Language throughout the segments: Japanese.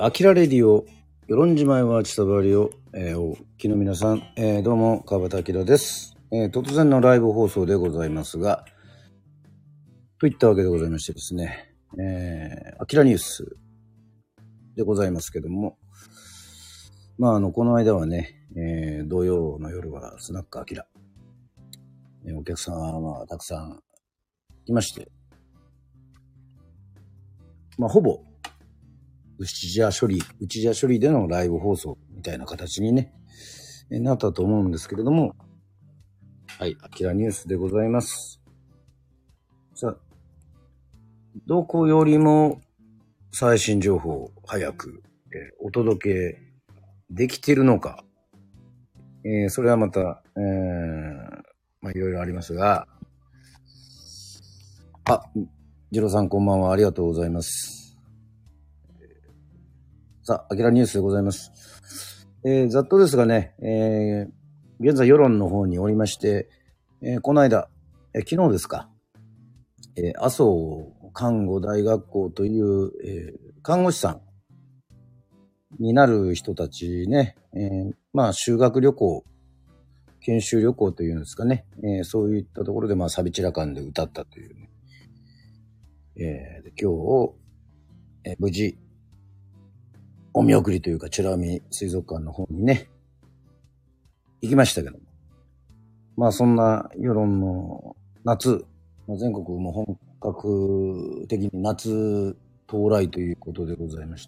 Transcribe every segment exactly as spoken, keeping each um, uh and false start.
アキラレディオ、よろんじまいはちさばりを、えー、お聞きの皆さん、えー、どうも、川端明です、えー。突然のライブ放送でございますが、といったわけでございましてですね、えー、アキラニュースでございますけども、まあ、あの、この間はね、えー、土曜の夜はスナックアキラ、えー、お客さんは、まあ、たくさん来まして、まあ、ほぼ、内茶処理、内茶処理でのライブ放送みたいな形にね、えー、なったと思うんですけれども、はい、アキラニュースでございます。さあ、どこよりも最新情報を早く、えー、お届けできているのか、えー、それはまた、えー、まあいろいろありますが、あ、ジローさんこんばんは、ありがとうございます。さあ、アキラニュースでございます。えー、ざっとですがね、えー、現在世論の方におりまして、えー、この間、えー、昨日ですか、えー、麻生看護大学校という、えー、看護師さんになる人たちね、えー、まあ修学旅行、研修旅行というんですかね、えー、そういったところでまあサビチラ感で歌ったという、ね、えー、今日、えー、無事お見送りというか美ら海水族館の方にね行きましたけども、まあそんな世論の夏、全国も本格的に夏到来ということでございまして、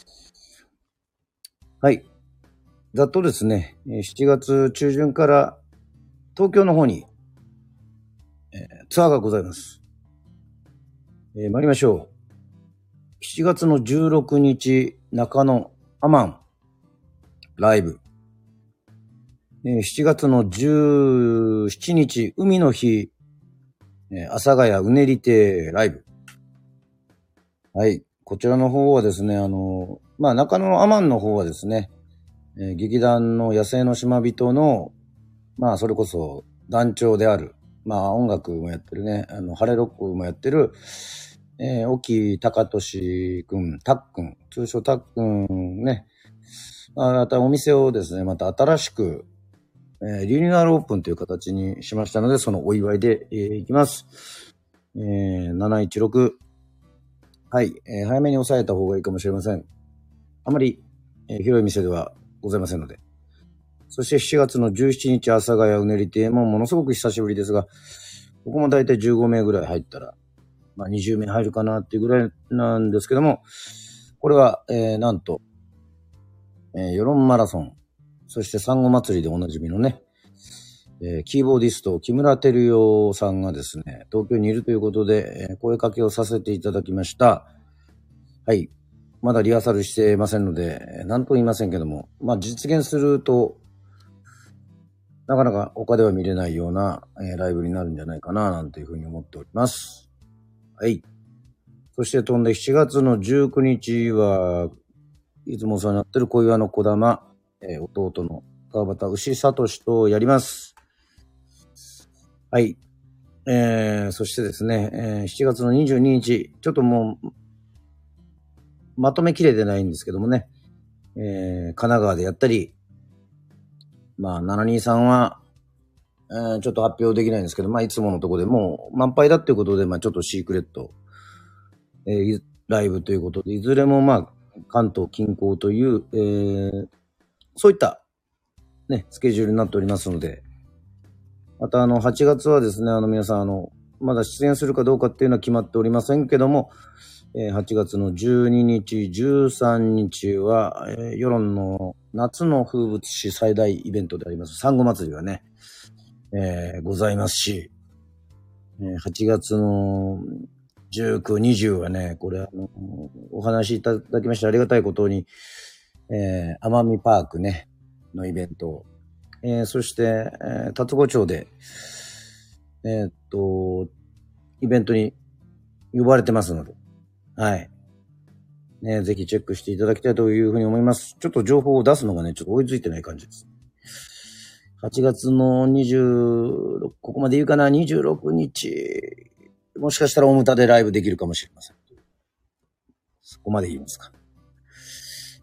はい。ざっとですね、しちがつ中旬から東京の方に、えー、ツアーがございます。えー、参りましょう。しちがつのじゅうろくにち、中野アマンライブ。えー、しちがつのじゅうしちにち、海の日、えー、阿佐ヶ谷うねり亭ライブ。はい。こちらの方はですね、あの、まあ、中野アマンの方はですね、えー、劇団の野生の島人の、まあ、それこそ団長である、まあ、音楽もやってるね、あの、ハレロックもやってる、えー、沖高俊くん、たっくん、通称たっくんね、またお店をですね、また新しく、えー、リニューアルオープンという形にしましたので、そのお祝いで、えー、いきます。えー、なないちろく。はい、えー、早めに抑えた方がいいかもしれません。あまり、えー、広い店ではございませんので。そしてしちがつのじゅうしちにち、阿佐ヶ谷うねり亭もものすごく久しぶりですが、ここもだいたいじゅうごめいぐらい入ったら、まあにじゅうめい入るかなっていうぐらいなんですけども、これは、えー、なんと、えー、世論マラソン、そして産後祭りでおなじみのね、えー、キーボーディスト木村照代さんがですね、東京にいるということで、えー、声かけをさせていただきました。はい。まだリハーサルしてませんので、何とも言いませんけども、まあ実現すると、なかなか他では見れないような、えー、ライブになるんじゃないかな、なんていうふうに思っております。はい。そして飛んでしちがつのじゅうくにちは、いつもお世話になってる小岩の小玉、えー、弟の川端牛聡とやります。はい。えー、そしてですね、えー、しちがつのにじゅうににち、ちょっともう、まとめきれてないんですけどもね、えー、神奈川でやったり、まあ、ななにーさんは、えー、ちょっと発表できないんですけど、まあ、いつものとこでもう満杯だっていうことで、まあ、ちょっとシークレット、えー、ライブということで、いずれもまあ、関東近郊という、えー、そういった、ね、スケジュールになっておりますので、またあの、はちがつはですね、あの、皆さんあの、まだ出演するかどうかっていうのは決まっておりませんけども、えー、はちがつのじゅうににち、じゅうさんにちは、えー、世論の夏の風物詩最大イベントであります、産後祭りがね、えー、ございますし、えー、はちがつのじゅうく、にじゅうはね、これあの、お話しいただきましてありがたいことに、えー、奄美パークね、のイベント、えー、そして、えー、達子町で、えー、っと、イベントに呼ばれてますので、はい。ね、ぜひチェックしていただきたいというふうに思います。ちょっと情報を出すのがね、ちょっと追いついてない感じです。はちがつのにじゅうろく、ここまで言うかな、にじゅうろくにち、もしかしたら大牟田でライブできるかもしれません。そこまで言いますか。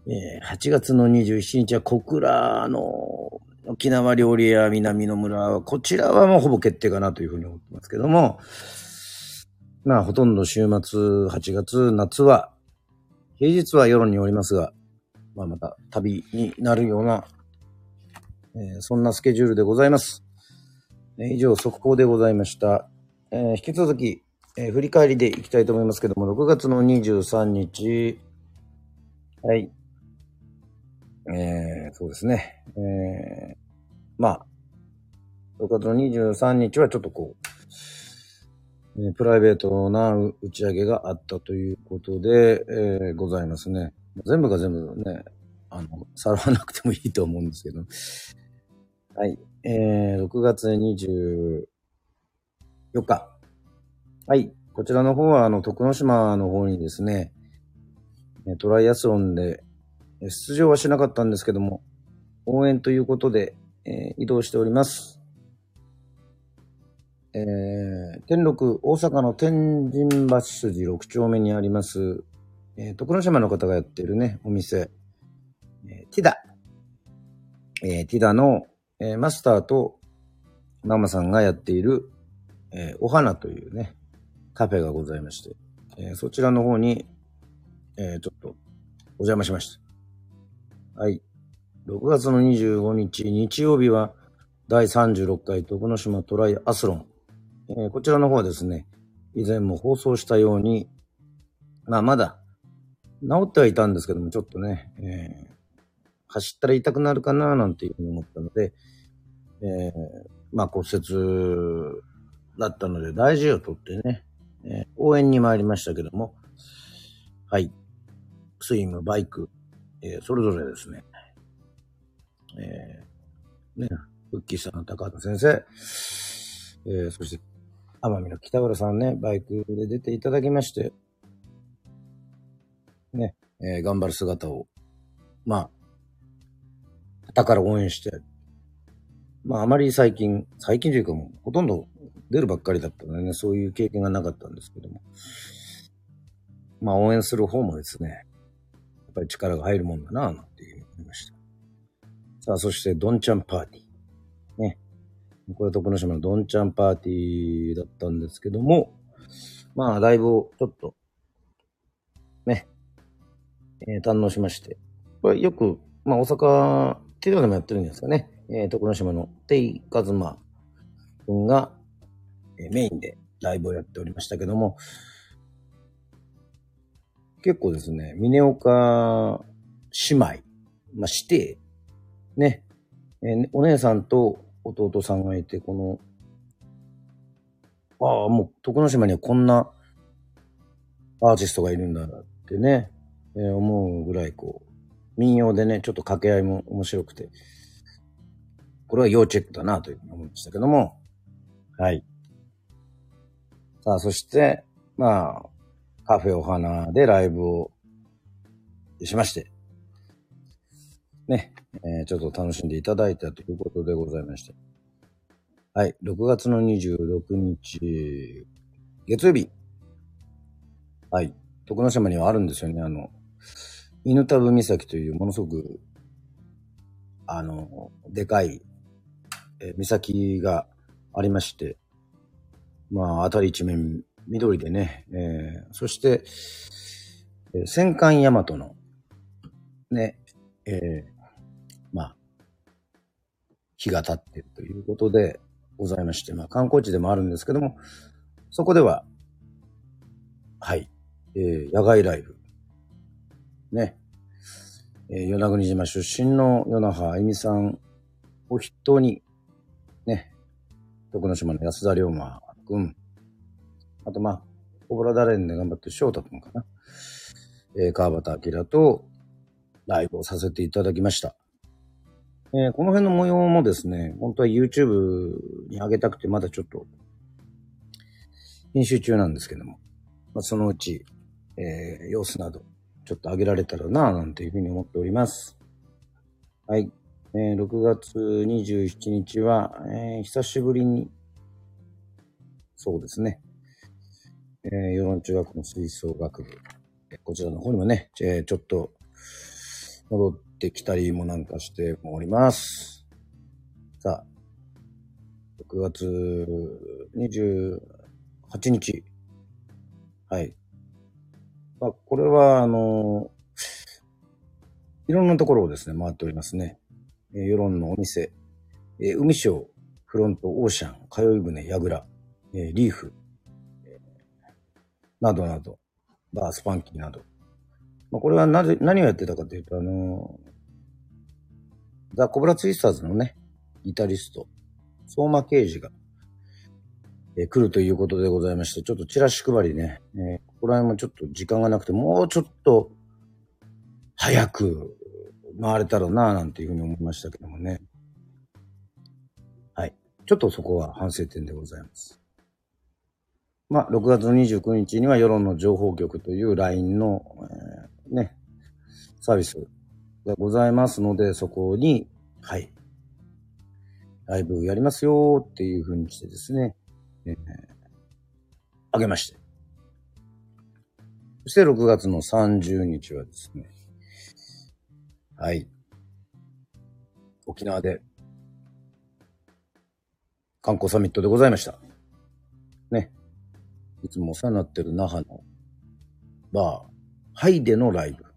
えー、はちがつのにじゅうしちにちは小倉の沖縄料理屋南の村、こちらはもうほぼ決定かなというふうに思ってますけども、まあほとんど週末、はちがつ、夏は、平日は夜におりますが、まあまた旅になるような、えー、そんなスケジュールでございます。えー、以上、速報でございました。えー、引き続き、えー、振り返りでいきたいと思いますけども、ろくがつのにじゅうさんにち、はい。えー、そうですね。えー、まあ、ろくがつのにじゅうさんにちはちょっとこう、えー、プライベートな打ち上げがあったということで、えー、ございますね。全部が全部ね、あの、さらわなくてもいいと思うんですけど。はい。えー、ろくがつにじゅうよっか。はい。こちらの方は、あの、徳之島の方にですね、トライアスロンで出場はしなかったんですけども、応援ということで、えー、移動しております。えー、天禄、大阪の天神橋筋ろく丁目にあります、えー、徳之島の方がやっているね、お店、えー、ティダ。えー、ティダの、えー、マスターとママさんがやっている、えー、お花というね、カフェがございまして、えー、そちらの方に、えー、ちょっとお邪魔しました。はい。ろくがつのにじゅうごにち、日曜日はだいさんじゅうろっかい徳之島トライアスロン。えー、こちらの方はですね、以前も放送したように、まあまだ治ってはいたんですけども、ちょっとね、えー、走ったら痛くなるかななんていうふうに思ったので、えー、まあ骨折だったので大事をとってね、えー、応援に参りましたけども、はい、スイム、バイク、えー、それぞれですね、えー、ね、復帰したの高畑先生、えー、そして奄美の北浦さんね、バイクで出ていただきまして、ね、えー、頑張る姿を、まあ、旗から応援して、まあ、あまり最近、最近というかもう、ほとんど出るばっかりだったのでね、そういう経験がなかったんですけども、まあ、応援する方もですね、やっぱり力が入るもんだなぁ、なんていうふうに思いました。さあ、そして、どんちゃんパーティー。ね。これは徳之島のどんちゃんパーティーだったんですけども、まあ、だいぶ、ちょっと、ね、えー、堪能しまして。これよく、まあ、大阪、テレビでもやってるんですかね。えー、徳之島のテイカズマ君が、えー、メインでライブをやっておりましたけども、結構ですね、峰岡姉妹、まあ、して、ね、えー、お姉さんと弟さんがいて、この、ああ、もう徳之島にはこんなアーティストがいるんだってね、えー、思うぐらいこう、民謡でね、ちょっと掛け合いも面白くて、これは要チェックだなというふうに思いましたけども、はい。さあ、そして、まあ、カフェお花でライブをしまして、ね、えー、ちょっと楽しんでいただいたということでございました。はい、ろくがつのにじゅうろくにち、月曜日。はい、徳之島にはあるんですよね、あの、犬田部岬というものすごく、あの、でかい、えー、岬がありまして、まあ、あたり一面緑でね、えー、そして、えー、戦艦大和の、ね、えー、まあ、日が経っているということでございまして、まあ、観光地でもあるんですけども、そこでは、はい、えー、野外ライブ、ね、えー、与那国島出身の与那覇あゆみさんを筆頭に、ね、徳之島の安田龍馬くん、あとまあ、コブラダレンで頑張ってる翔太くんかな、えー、川端明とライブをさせていただきました。えー、この辺の模様もですね、本当は YouTube に上げたくてまだちょっと編集中なんですけども、まあ、そのうち、えー、様子などちょっと上げられたらなぁなんていうふうに思っております。はい。えー、ろくがつにじゅうしちにちは、えー、久しぶりに、そうですね、えー、与論中学の吹奏楽部、こちらの方にもね、えー、ちょっと戻ってきたりもなんかしております。さあ、ろくがつにじゅうはちにち。はい。まあ、これは、あの、いろんなところをですね、回っておりますね。えー、世論のお店、えー、海商、フロント、オーシャン、通い船、やぐら、えー、リーフ、えー、などなど、バー、スパンキーなど。まあ、これはなぜ、何をやってたかというと、あのー、ザ・コブラツイスターズのね、ギタリスト、相馬啓二が、えー、来るということでございまして、ちょっとチラシ配りね、えー、ここら辺もちょっと時間がなくて、もうちょっと早く回れたらなぁなんていうふうに思いましたけどもね。はい。ちょっとそこは反省点でございます。まあ、ろくがつのにじゅうくにちには世論の情報局という ライン の、えー、ね、サービスがございますので、そこに、はい、ライブやりますよっていうふうにしてですね、えー、あげまして。そしてろくがつのさんじゅうにちはですね、はい、沖縄で観光サミットでございました。ね、いつもお世話になってる那覇のバー、ハイでのライブ。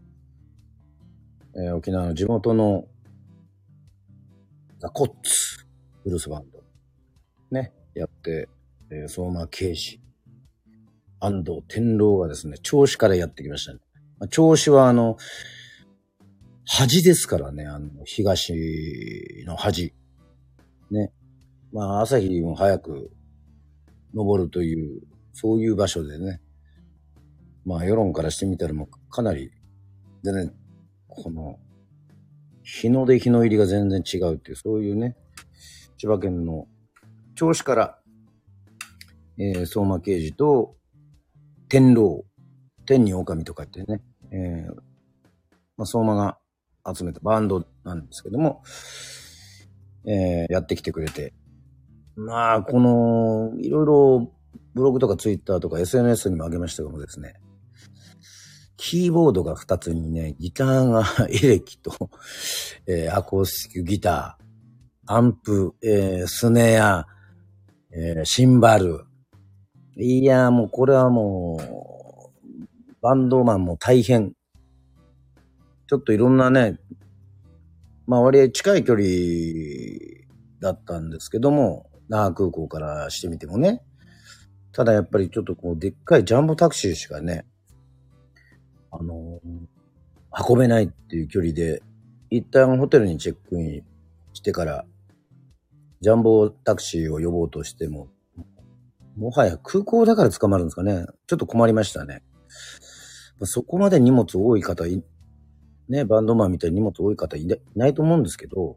えー、沖縄の地元のザ・コッツ、ブルースバンド。ね、やって、えー、相馬啓二、安藤天郎がですね、銚子からやってきましたね。まあ、銚子はあの、恥ですからね、あの、東の恥。ね。まあ、朝日も早く登るという、そういう場所でね。まあ、世論からしてみたらもうかなり、でね、この、日の出日の入りが全然違うっていう、そういうね、千葉県の銚子から、えー、相馬啓二と天狼、天に狼とか言ってね、えーまあ、相馬が集めたバンドなんですけども、えー、やってきてくれて、まあ、この、いろいろブログとかツイッターとか エスエヌエス にも上げましたけどもですね、キーボードがふたつにね、ギターがエレキと、えー、アコースティックギター、アンプ、えー、スネア、えー、シンバル。いやーもうこれはもう、バンドマンも大変。ちょっといろんなね、まあ割合近い距離だったんですけども、那覇空港からしてみてもね。ただやっぱりちょっとこう、でっかいジャンボタクシーしかね、あのー、運べないっていう距離で、一旦ホテルにチェックインしてから、ジャンボタクシーを呼ぼうとしても、もはや空港だから捕まるんですかね。ちょっと困りましたね。そこまで荷物多い方い、ね、バンドマンみたいに荷物多い方いないと思うんですけど、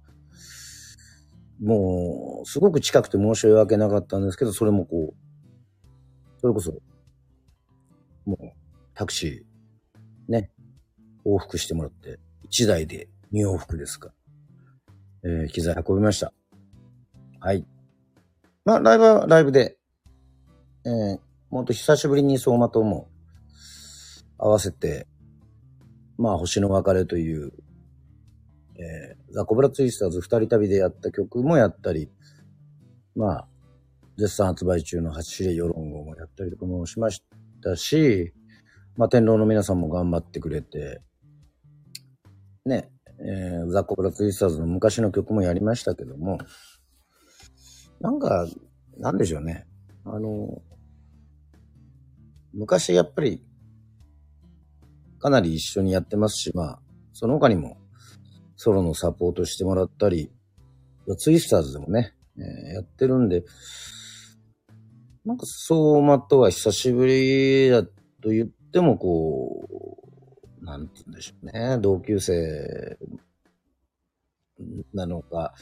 もう、すごく近くて申し訳なかったんですけど、それもこう、それこそ、もう、タクシー、ね、往復してもらって、いちだいでに往復ですか。えー、機材運びました。はい。まあ、ライブはライブで、えー、もっと久しぶりに相馬とも合わせて、まあ、星の別れという、えー、ザ・コブラツイスターズ二人旅でやった曲もやったり、まあ、絶賛発売中の走れ世論号もやったりとかもしましたし、まあ、天狼の皆さんも頑張ってくれて、ね、えー、ザ・コブラツイスターズの昔の曲もやりましたけども、なんか、なんでしょうね。あの、昔やっぱり、かなり一緒にやってますし、まあ、その他にも、ソロのサポートしてもらったり、ツイスターズでもね、えー、やってるんで、なんか相馬とは久しぶりだと言っても、こう、なんて言うんでしょうね、同級生なのか、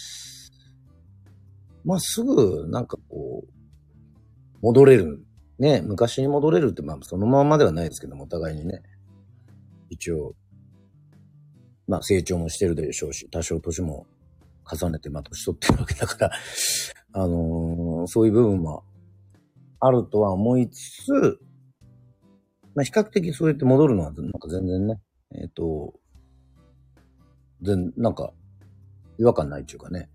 まあすぐなんかこう、戻れる。ね、昔に戻れるって、まあそのままではないですけども、お互いにね、一応、まあ成長もしてるでしょうし、多少年も重ねて、まあ年取ってるわけだから、あのー、そういう部分もあるとは思いつつ、まあ比較的そうやって戻るのはなんか全然ね、えっと、 全、なんか、違和感ないっていうかね。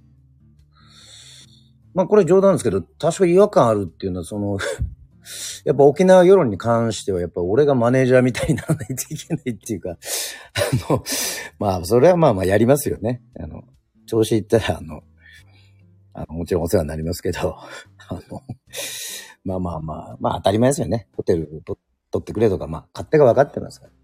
まあこれ冗談ですけど、多少違和感あるっていうのは、その、やっぱ沖縄世論に関しては、やっぱ俺がマネージャーみたいにならないといけないっていうか、あの、まあ、それはまあまあやりますよね。あの、調子いったら、あの、あのもちろんお世話になりますけど、あの、まあまあまあ、まあ当たり前ですよね。ホテルと取ってくれとか、まあ勝手が分かってますから、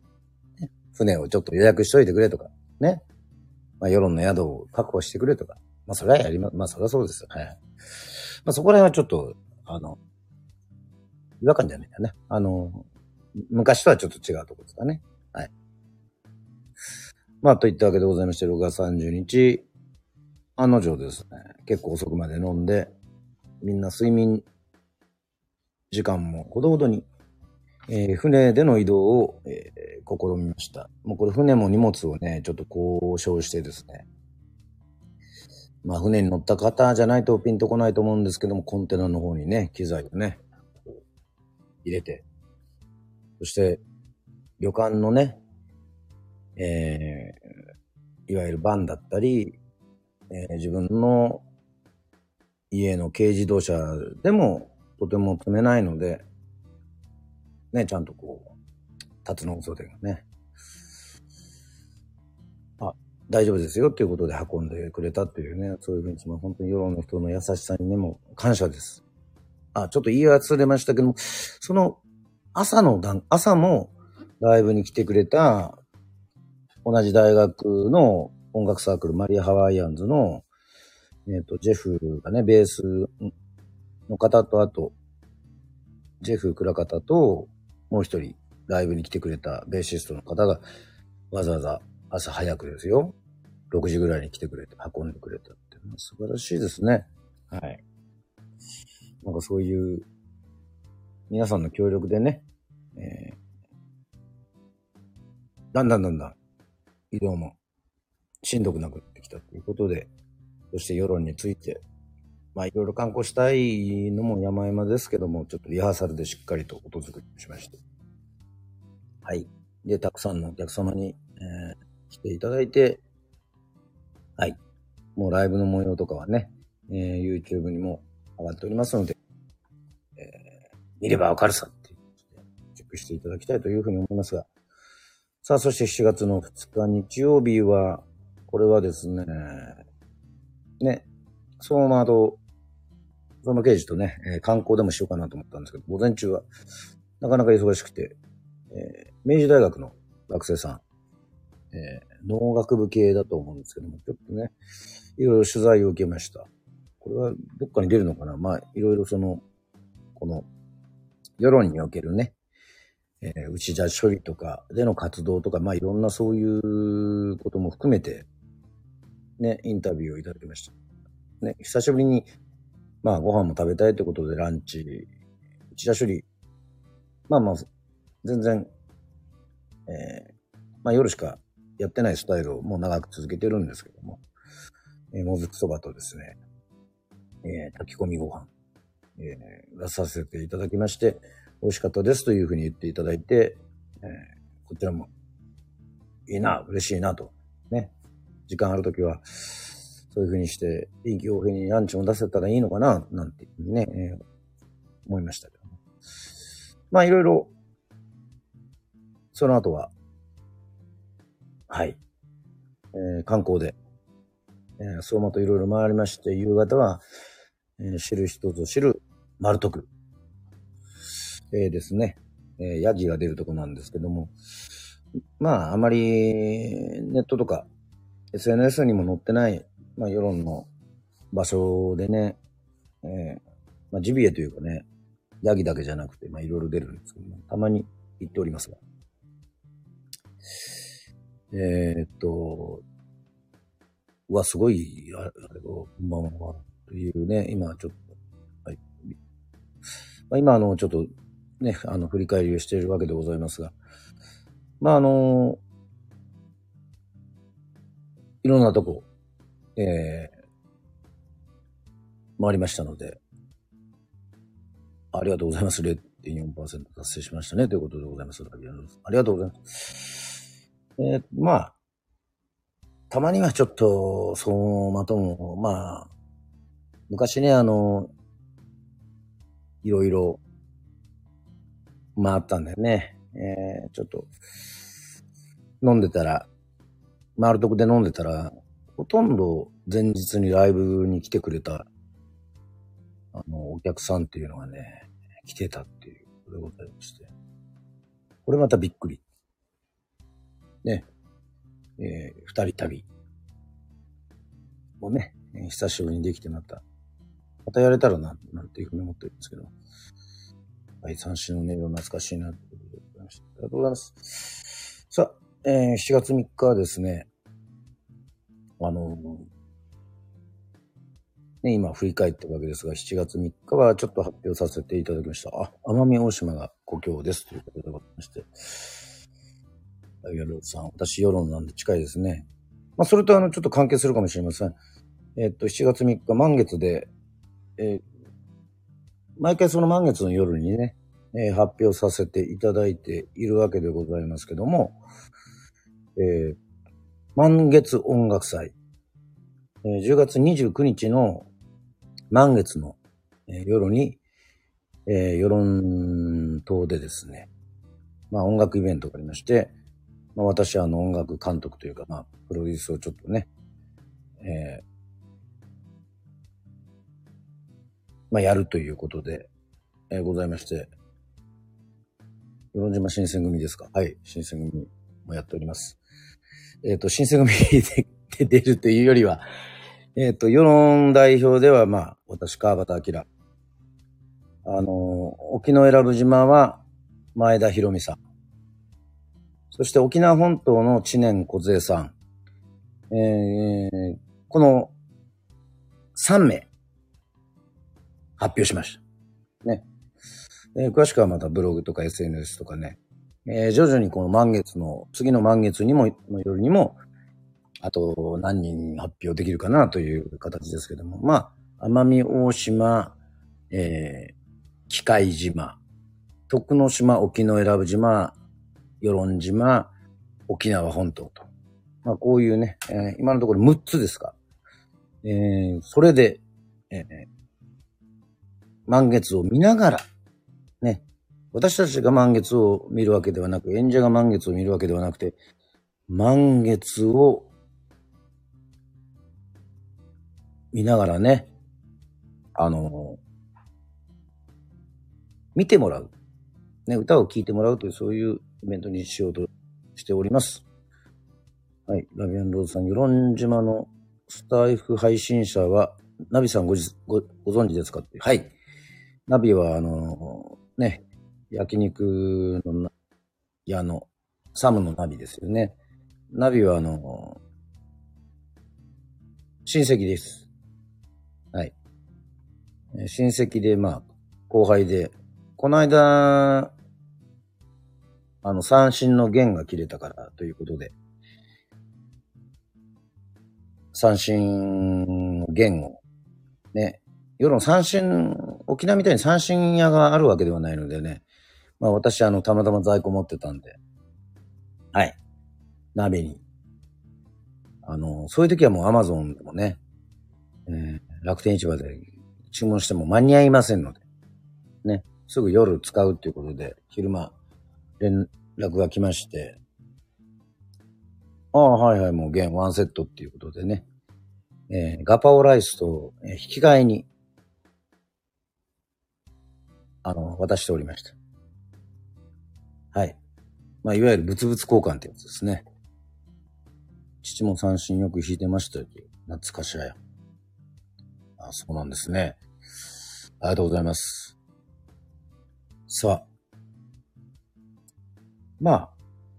ね。船をちょっと予約しといてくれとか、ね。まあ世論の宿を確保してくれとか。まあそれはやります。まあそれはそうですよ。はい。まあそこら辺はちょっと、あの、違和感じゃないかね。あの、昔とはちょっと違うところですかね。はい。まあといったわけでございまして、ろくがつさんじゅうにち、案の定ですね、結構遅くまで飲んで、みんな睡眠時間もほどほどに、えー、船での移動を、えー、試みました。もうこれ船も荷物をね、ちょっと交渉してですね、まあ船に乗った方じゃないとピンとこないと思うんですけども、コンテナの方にね、機材をね、入れて、そして旅館のね、えー、いわゆるバンだったり、えー、自分の家の軽自動車でもとても積めないので、ね、ちゃんとこう、辰野袖がね、あ、大丈夫ですよっていうことで運んでくれたっていうね、そういうふうに、まあ、本当に世論の人の優しさにね、もう感謝です。あ、ちょっと言い忘れましたけども、その朝の段、朝もライブに来てくれた、同じ大学の音楽サークルマリア・ハワイアンズの、えっと、ジェフがね、ベースの方と、あと、ジェフ倉方と、もう一人ライブに来てくれたベーシストの方が、わざわざ朝早くですよ。ろくじぐらいに来てくれて、運んでくれたって。素晴らしいですね。はい。なんかそういう、皆さんの協力でね、えー、だんだんだんだん移動もしんどくなくなってきたということで、そして世論について、まあいろいろ観光したいのも山々ですけども、ちょっとリハーサルでしっかりと音作りしまして。はい。で、たくさんのお客様に、えー、来ていただいて、はい。もうライブの模様とかはね、えー、YouTube にも上がっておりますので、えー、見ればわかるさっていうチェックしていただきたいというふうに思いますが、さあ、そしてしちがつのふつか日曜日は、これはですね、ね、相馬と、相馬刑事とね、えー、観光でもしようかなと思ったんですけど、午前中はなかなか忙しくて、えー、明治大学の学生さん、えー、農学部系だと思うんですけども、ちょっとね、いろいろ取材を受けました。これはどっかに出るのかな。まあ、いろいろその、この、世論におけるね、えー、内田処理とかでの活動とか、まあいろんなそういうことも含めて、ね、インタビューをいただきました。ね、久しぶりに、まあご飯も食べたいということでランチ、内田処理、まあまあ、全然、えー、まあ夜しかやってないスタイルをもう長く続けてるんですけども、えー、もずくそばとですね、えー、炊き込みご飯、えー、出させていただきまして、美味しかったですというふうに言っていただいて、えー、こちらもいいな、嬉しいなと。ね。時間あるときは、そういうふうにして、臨機応変にランチも出せたらいいのかな、なんてね、えー、思いましたけども。まあ、いろいろ、その後は、はい、えー、観光で、えー、相馬といろいろ回りまして、夕方は、えー、知る人ぞ知る、丸徳。えー、ですね、えー、ヤギが出るとこなんですけども、まあ、あまり、ネットとか、エスエヌエス にも載ってない、まあ、世論の場所でね、えー、まあ、ジビエというかね、ヤギだけじゃなくて、まあ、いろいろ出るんですけども、たまに行っておりますが。えー、っと、うわ、すごい、あれ、あれこんばんは、というね、今ちょっと、はい。まあ、今、あの、ちょっと、ね、あの、振り返りをしているわけでございますが、まあ、あの、いろんなとこ、えー、回りましたので、ありがとうございます。れいてんよんパーセント 達成しましたね。ということでございます。ありがとうございます。えー、まあ、 たまにはちょっと、そう、まとも、まあ、昔ね、あの、いろいろ、まああったんだよね。えー、ちょっと、飲んでたら、回るとこで飲んでたら、ほとんど前日にライブに来てくれた、あの、お客さんっていうのがね、来てたっていうことでございまして。これまたびっくり。ね、えー、二人旅。もうね、えー久しぶりにできてまた、またやれたらな、なんていうふうに思ってるんですけど。はい、三種の音色懐かしいな、ということでございました。ありがとうございます。さあ、えー、しちがつみっかはですね、あのね、今振り返ってるわけですが、しちがつみっかはちょっと発表させていただきました。あ、奄美大島が故郷ですということでございまして。ヨロさん、私ヨロンなんで近いですね。まあ、それとあの、ちょっと関係するかもしれません。えっと、しちがつみっか、満月で、えー毎回その満月の夜にね、えー発表させていただいているわけでございますけども、えー満月音楽祭、えーじゅうがつにじゅうくにちの満月の、えー夜に、えー、世論島でですね、まあ音楽イベントがありまして、まあ私はあの音楽監督というか、まあプロデュースをちょっとね、えー、まあやるということで、えーございまして、与論島新選組ですか？はい、新選組もやっております。えっ、と、新選組でで出るというよりは、えっ、と、世論代表では、まあ、私、川端明。あの、沖永良部島は前田博美さん。そして沖縄本島の知念梢さん。えー、このさんめい発表しました。ね。えー詳しくはまたブログとか エスエヌエス とかね、えー徐々にこの満月の、次の満月にも、の夜にも、あと何人発表できるかなという形ですけども、まあ、奄美大島、えー、喜界島、徳之島、沖永良部島、与論島、沖縄本島と。まあ、こういうね、えー今のところむっつですか。えー、それで、えー満月を見ながら、ね、私たちが満月を見るわけではなく、演者が満月を見るわけではなくて、満月を見ながらね、あのー見てもらう。ね、歌を聴いてもらうという、そういうイベントにしようとしております。はい。ラビアンローズさん、与論島のスタイフ配信者は、ナビさんごじごご存知ですかって。はい。ナビは、あのーね、焼肉の屋のサムのナビですよね。ナビは、あのー親戚です。はい。えー親戚で、まあ、後輩で、この間、あの、三振の弦が切れたからということで、三振の弦を、ね、夜の三振、沖縄みたいに三振屋があるわけではないのでね、まあ私、あの、たまたま在庫持ってたんで、はい。鍋に。あの、そういう時はもうアマゾンでもね、えー楽天市場で注文しても間に合いませんので、ね、すぐ夜使うっていうことで、昼間、連絡が来まして、ああ、はいはい、もう現ワンセットっていうことでね、えーガパオライスと、えー引き換えに、あの、渡しておりました。はい。まあ、いわゆる物々交換ってやつですね。父も三振よく弾いてましたよ。懐かしらや。あ、そうなんですね。ありがとうございます。さあ。まあ、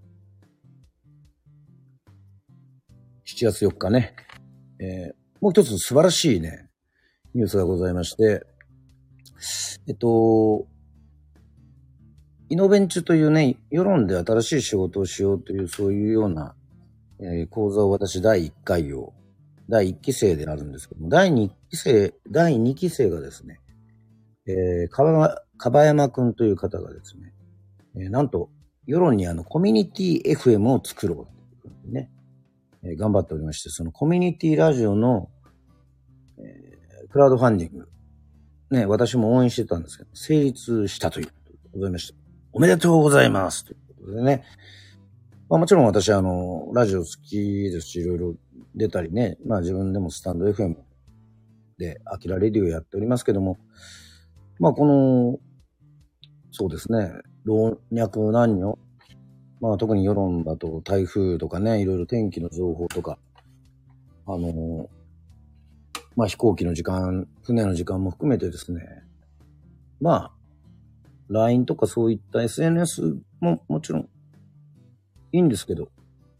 しちがつよっかね。えーもう一つ素晴らしいね、ニュースがございまして、えっと、イノベンチュというね、世論で新しい仕事をしようという、そういうような、えー講座を私だいいっかいを、だいいっき生であるんですけども、だいにき生、だいにき生がですね、えー、かば、かばやまくんという方がですね、えーなんと、世論にあの、コミュニティ エフエム を作ろうっていうふうにね、 えー頑張っておりまして、そのコミュニティラジオの、えークラウドファンディング、ね、私も応援してたんですけど、成立したということでございました。おめでとうございますということでね。まあもちろん私はあの、ラジオ好きですし、いろいろ出たりね、まあ自分でもスタンド エフエム で、アキラレディオやっておりますけども、まあこの、そうですね、老若男女、まあ特に世論だと台風とかね、いろいろ天気の情報とか、あの、まあ飛行機の時間、船の時間も含めてですね、まあ、ライン とかそういった エスエヌエス ももちろんいいんですけど、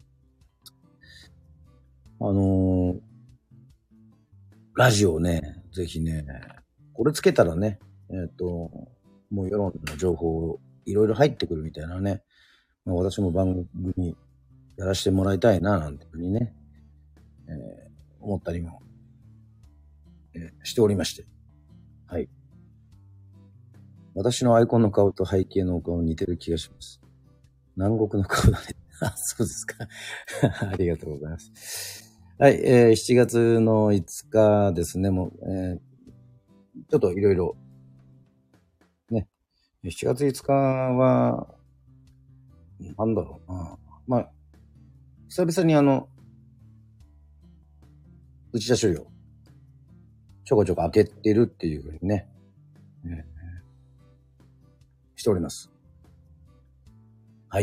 あのーラジオね、ぜひね、これつけたらね、えっ、と、もう世論の情報いろいろ入ってくるみたいなね、まあ、私も番組やらせてもらいたいな、なんていうふうにね、えー思ったりも、えーしておりまして。はい。私のアイコンの顔と背景の顔似てる気がします。南国の顔だね。あ、そうですか。ありがとうございます。はい、えー、しちがつのいつかですね、もう、えー、ちょっといろいろ、ね、しちがついつかは、なんだろうな。まあ、久々にあの、内田処理をちょこちょこ開けてるっていうふうにね、えーしております。はい。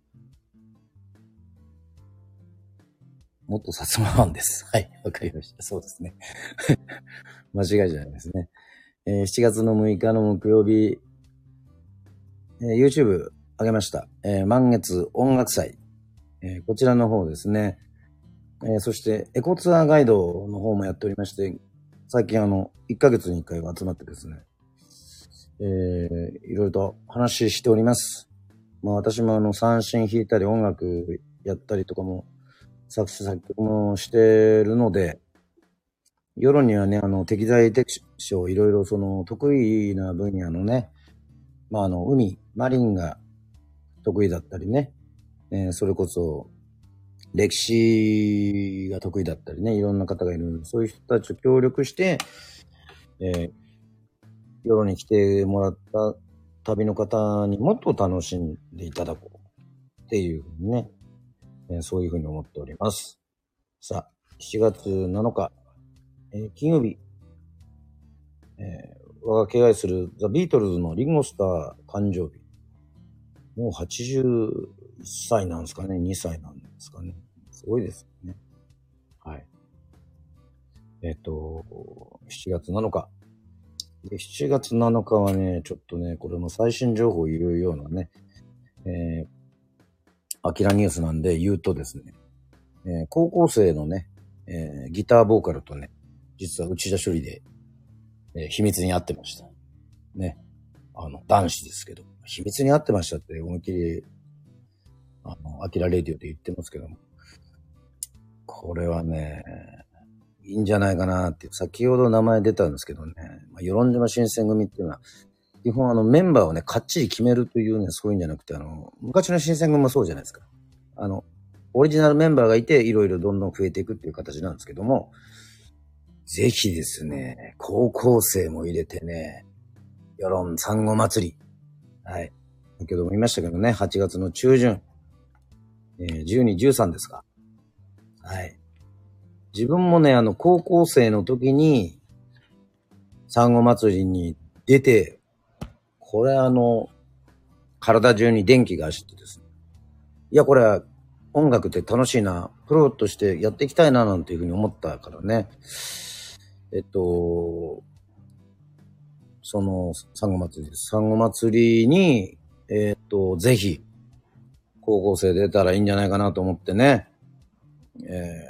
元薩摩藩です。はい。わかりました。そうですね。間違いじゃないですね。えーしちがつのむいかの木曜日、えー YouTube 上げました。えー満月音楽祭。えーこちらの方ですね。えーそして、エコツアーガイドの方もやっておりまして、最近あの、いっかげつにいっかいは集まってですね、えーいろいろと話しております。まあ私もあの、三振弾いたり音楽やったりとかも、作詞作曲もしてるので、世論にはね、あの、適材適所、いろいろその、得意な分野のね、まああの、海、マリンが得意だったりね、えーそれこそ、歴史が得意だったりね、いろんな方がいるので、そういう人たちと協力して、えー、世論に来てもらった旅の方にもっと楽しんでいただこうっていうふうにね、えーそういうふうに思っております。さあ、しちがつなのか、えー金曜日、えー我が敬愛するザ・ビートルズのリンゴスター誕生日。もうはちじゅういっさいなんですかね、にさいなんですかね。すごいですよね。はい。えっと、しちがつなのか。で、しちがつなのかはね、ちょっとね、これも最新情報を言うようなね、えー、アキラニュースなんで言うとですね、えー高校生のね、えーギターボーカルとね、実は内田処理で、えー秘密に会ってました。ね。あの、男子ですけど、秘密に会ってましたって思いっきり、あの、アキラレディオで言ってますけども、これはね、いいんじゃないかなって、先ほど名前出たんですけどね、まあ、与論島新選組っていうのは、基本あのメンバーをね、かっちり決めるというね、そういうんじゃなくて、あの、昔の新選組もそうじゃないですか。あの、オリジナルメンバーがいて、いろいろどんどん増えていくっていう形なんですけども、ぜひですね、高校生も入れてね、世論産後祭り。はい。先ほども言いましたけどね、はちがつの中旬、えー、じゅうに、じゅうさんですか。はい。自分もね、あの、高校生の時に、産後祭りに出て、これあの、体中に電気が走ってですね。いや、これは音楽って楽しいな、プロとしてやっていきたいな、なんていうふうに思ったからね。えっと、その、産後祭りです。産後祭りに、えっと、ぜひ、高校生出たらいいんじゃないかなと思ってね。え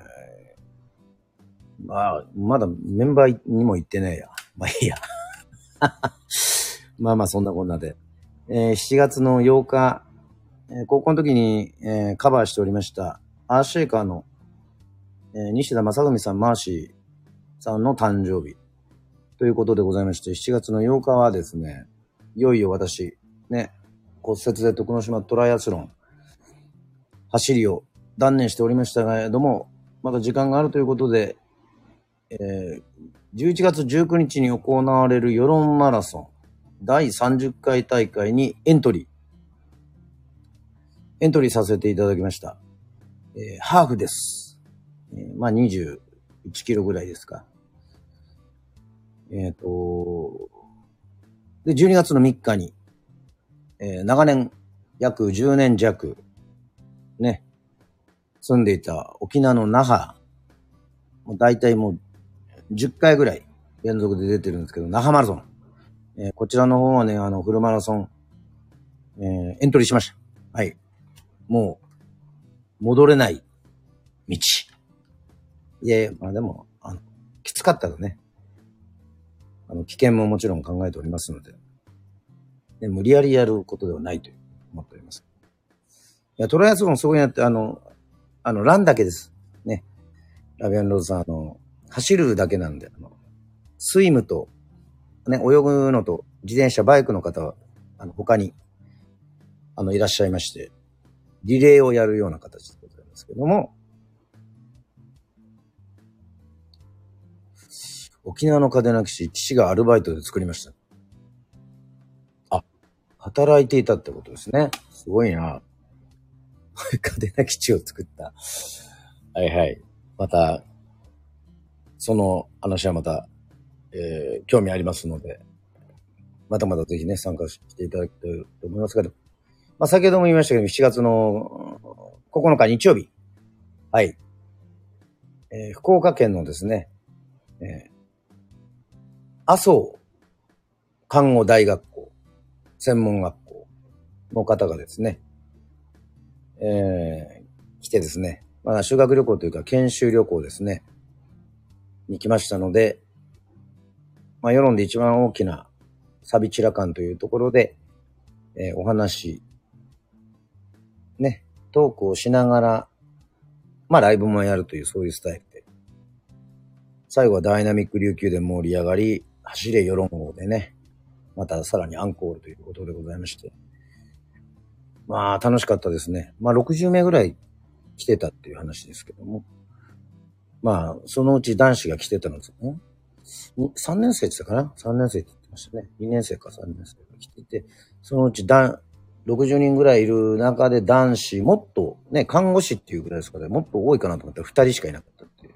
ー、まあ、まだメンバーにも行ってねえや。まあいいや。まあまあ、そんなこんなで。えー、しちがつのようか、えー高校の時に、えーカバーしておりました、アーシェイカーの、えー西田正文さん、マーシーさんの誕生日ということでございまして、しちがつのようかはですね、いよいよ私、ね、骨折で徳之島トライアスロン、走りを断念しておりましたが、どうも、まだ時間があるということで、えー、じゅういちがつじゅうくにちに行われる世論マラソンだいさんじゅっかい大会にエントリー、エントリーさせていただきました。えー、ハーフです。えー、まあにじゅういちキロぐらいですか。えっと、で、じゅうにがつのみっかに、えー、長年、約じゅうねん弱、ね、住んでいた沖縄の那覇、もう大体もうじゅっかいぐらい連続で出てるんですけど、那覇マラソン。えー、こちらの方はね、あの、フルマラソン、えー、エントリーしました。はい。もう、戻れない道。いやいや、まあでも、あの、きつかったらね、あの、危険ももちろん考えておりますので、で無理やりやることではないと思っております。いや、トライアスロンすごいなって、あの、あの、ランだけです。ね。ラビアンローズさん、あの、走るだけなんで、あの、スイムと、ね、泳ぐのと、自転車、バイクの方は、あの、他に、あの、いらっしゃいまして、リレーをやるような形でございますけども、沖縄の嘉手納基地、父がアルバイトで作りました。あ、働いていたってことですね。すごいな。嘉手納基地を作った。はいはい。また、その話はまた、えー、興味ありますので、またまたぜひね、参加していただきたいと思いますけど、まあ、先ほども言いましたけど、しちがつのここのか日曜日、はい、えー、福岡県のですね、えー、麻生看護大学校、専門学校の方がですね、えー、来てですね、まあ、修学旅行というか研修旅行ですね、に来ましたので、まあ、世論で一番大きなサビチラ館というところで、えー、お話、ね、トークをしながら、まあライブもやるというそういうスタイルで、最後はダイナミック琉球で盛り上がり、走れ世論号でね、またさらにアンコールということでございまして、まあ楽しかったですね。まあろくじゅうめいぐらい来てたっていう話ですけども、まあそのうち男子が来てたのですね。さんねん生って言ったかな ?さん 年生って言ってましたね。にねん生かさんねん生が来てて、そのうちだろくじゅうにんぐらいいる中で男子、もっとね、看護師っていうぐらいですから、ね、もっと多いかなと思ったらふたりしかいなかったっていう。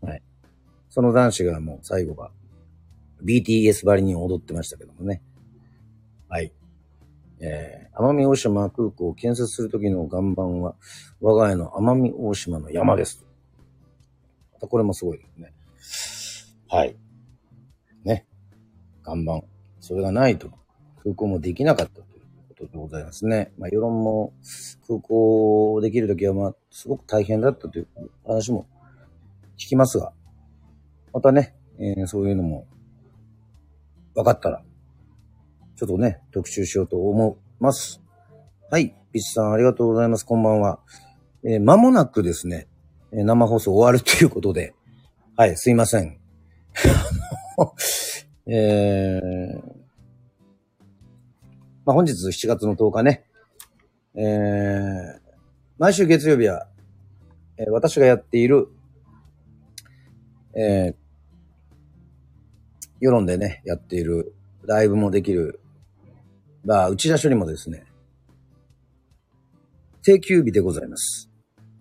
はい。その男子がもう最後は ビーティーエス ばりに踊ってましたけどもね。はい。えー、奄美大島空港を建設するときの岩盤は、我が家の奄美大島の山です。またこれもすごいですね。はい。ね。岩盤。それがないと空港もできなかったということでございますね。まあ、世論も空港できるときは、まあ、すごく大変だったという話も聞きますが、またね、えー、そういうのも分かったら、ちょっとね、特集しようと思います。はい。ピッチさんありがとうございます。こんばんは。えー、間もなくですね、えー、生放送終わるということで、はい、すいません。えー、まあ、本日しちがつのとおかね、えー、毎週月曜日は、えー、私がやっている、えー、世論でね、やっている、ライブもできる、まあ、内田処理もですね、定休日でございます。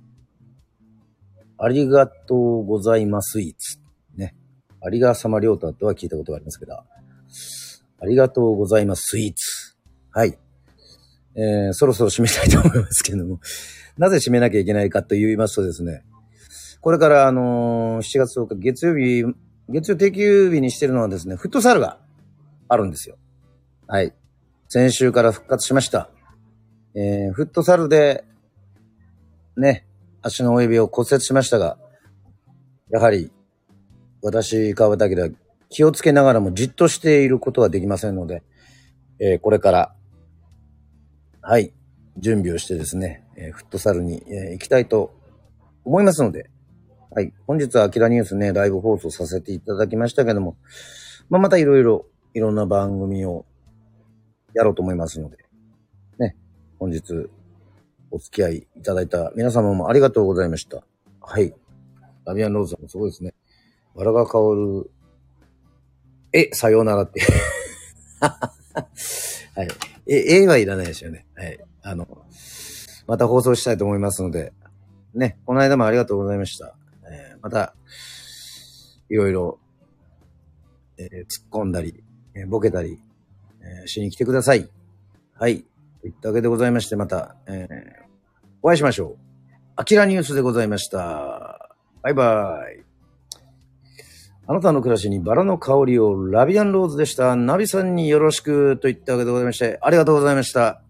ありがとうございますイーツ。ね。ありがさまりょうたとは聞いたことがありますけど、ありがとうございますスイーツ。はい。えー、そろそろ締めたいと思いますけども、なぜ締めなきゃいけないかと言いますとですね、これからあのー、しちがつとおか月曜日、月曜定休日にしてるのはですね、フットサルがあるんですよ。はい。先週から復活しました。えー、フットサルで、ね、足の親指を骨折しましたが、やはり、私、川端明気をつけながらもじっとしていることはできませんので、えー、これから、はい、準備をしてですね、えー、フットサルに、えー、行きたいと思いますので、はい、本日はアキラニュースね、ライブ放送させていただきましたけども、まあ、またいろいろ、いろんな番組をやろうと思いますので、ね、本日、 お付き合いいただいた皆様もありがとうございました。はい。ラビアンローズさんもすごいですね。バラが香る。え、さようならって。はい。え、絵はいらないですよね。はい。あの、また放送したいと思いますので、ね、この間もありがとうございました。えー、また、いろいろ、えー、突っ込んだり、えー、ボケたり、えー、しに来てください。はい。といったわけでございまして、また、えー、お会いしましょう。アキラニュースでございました。バイバイ。あなたの暮らしにバラの香りをラビアンローズでした。ナビさんによろしくといったわけでございまして、ありがとうございました。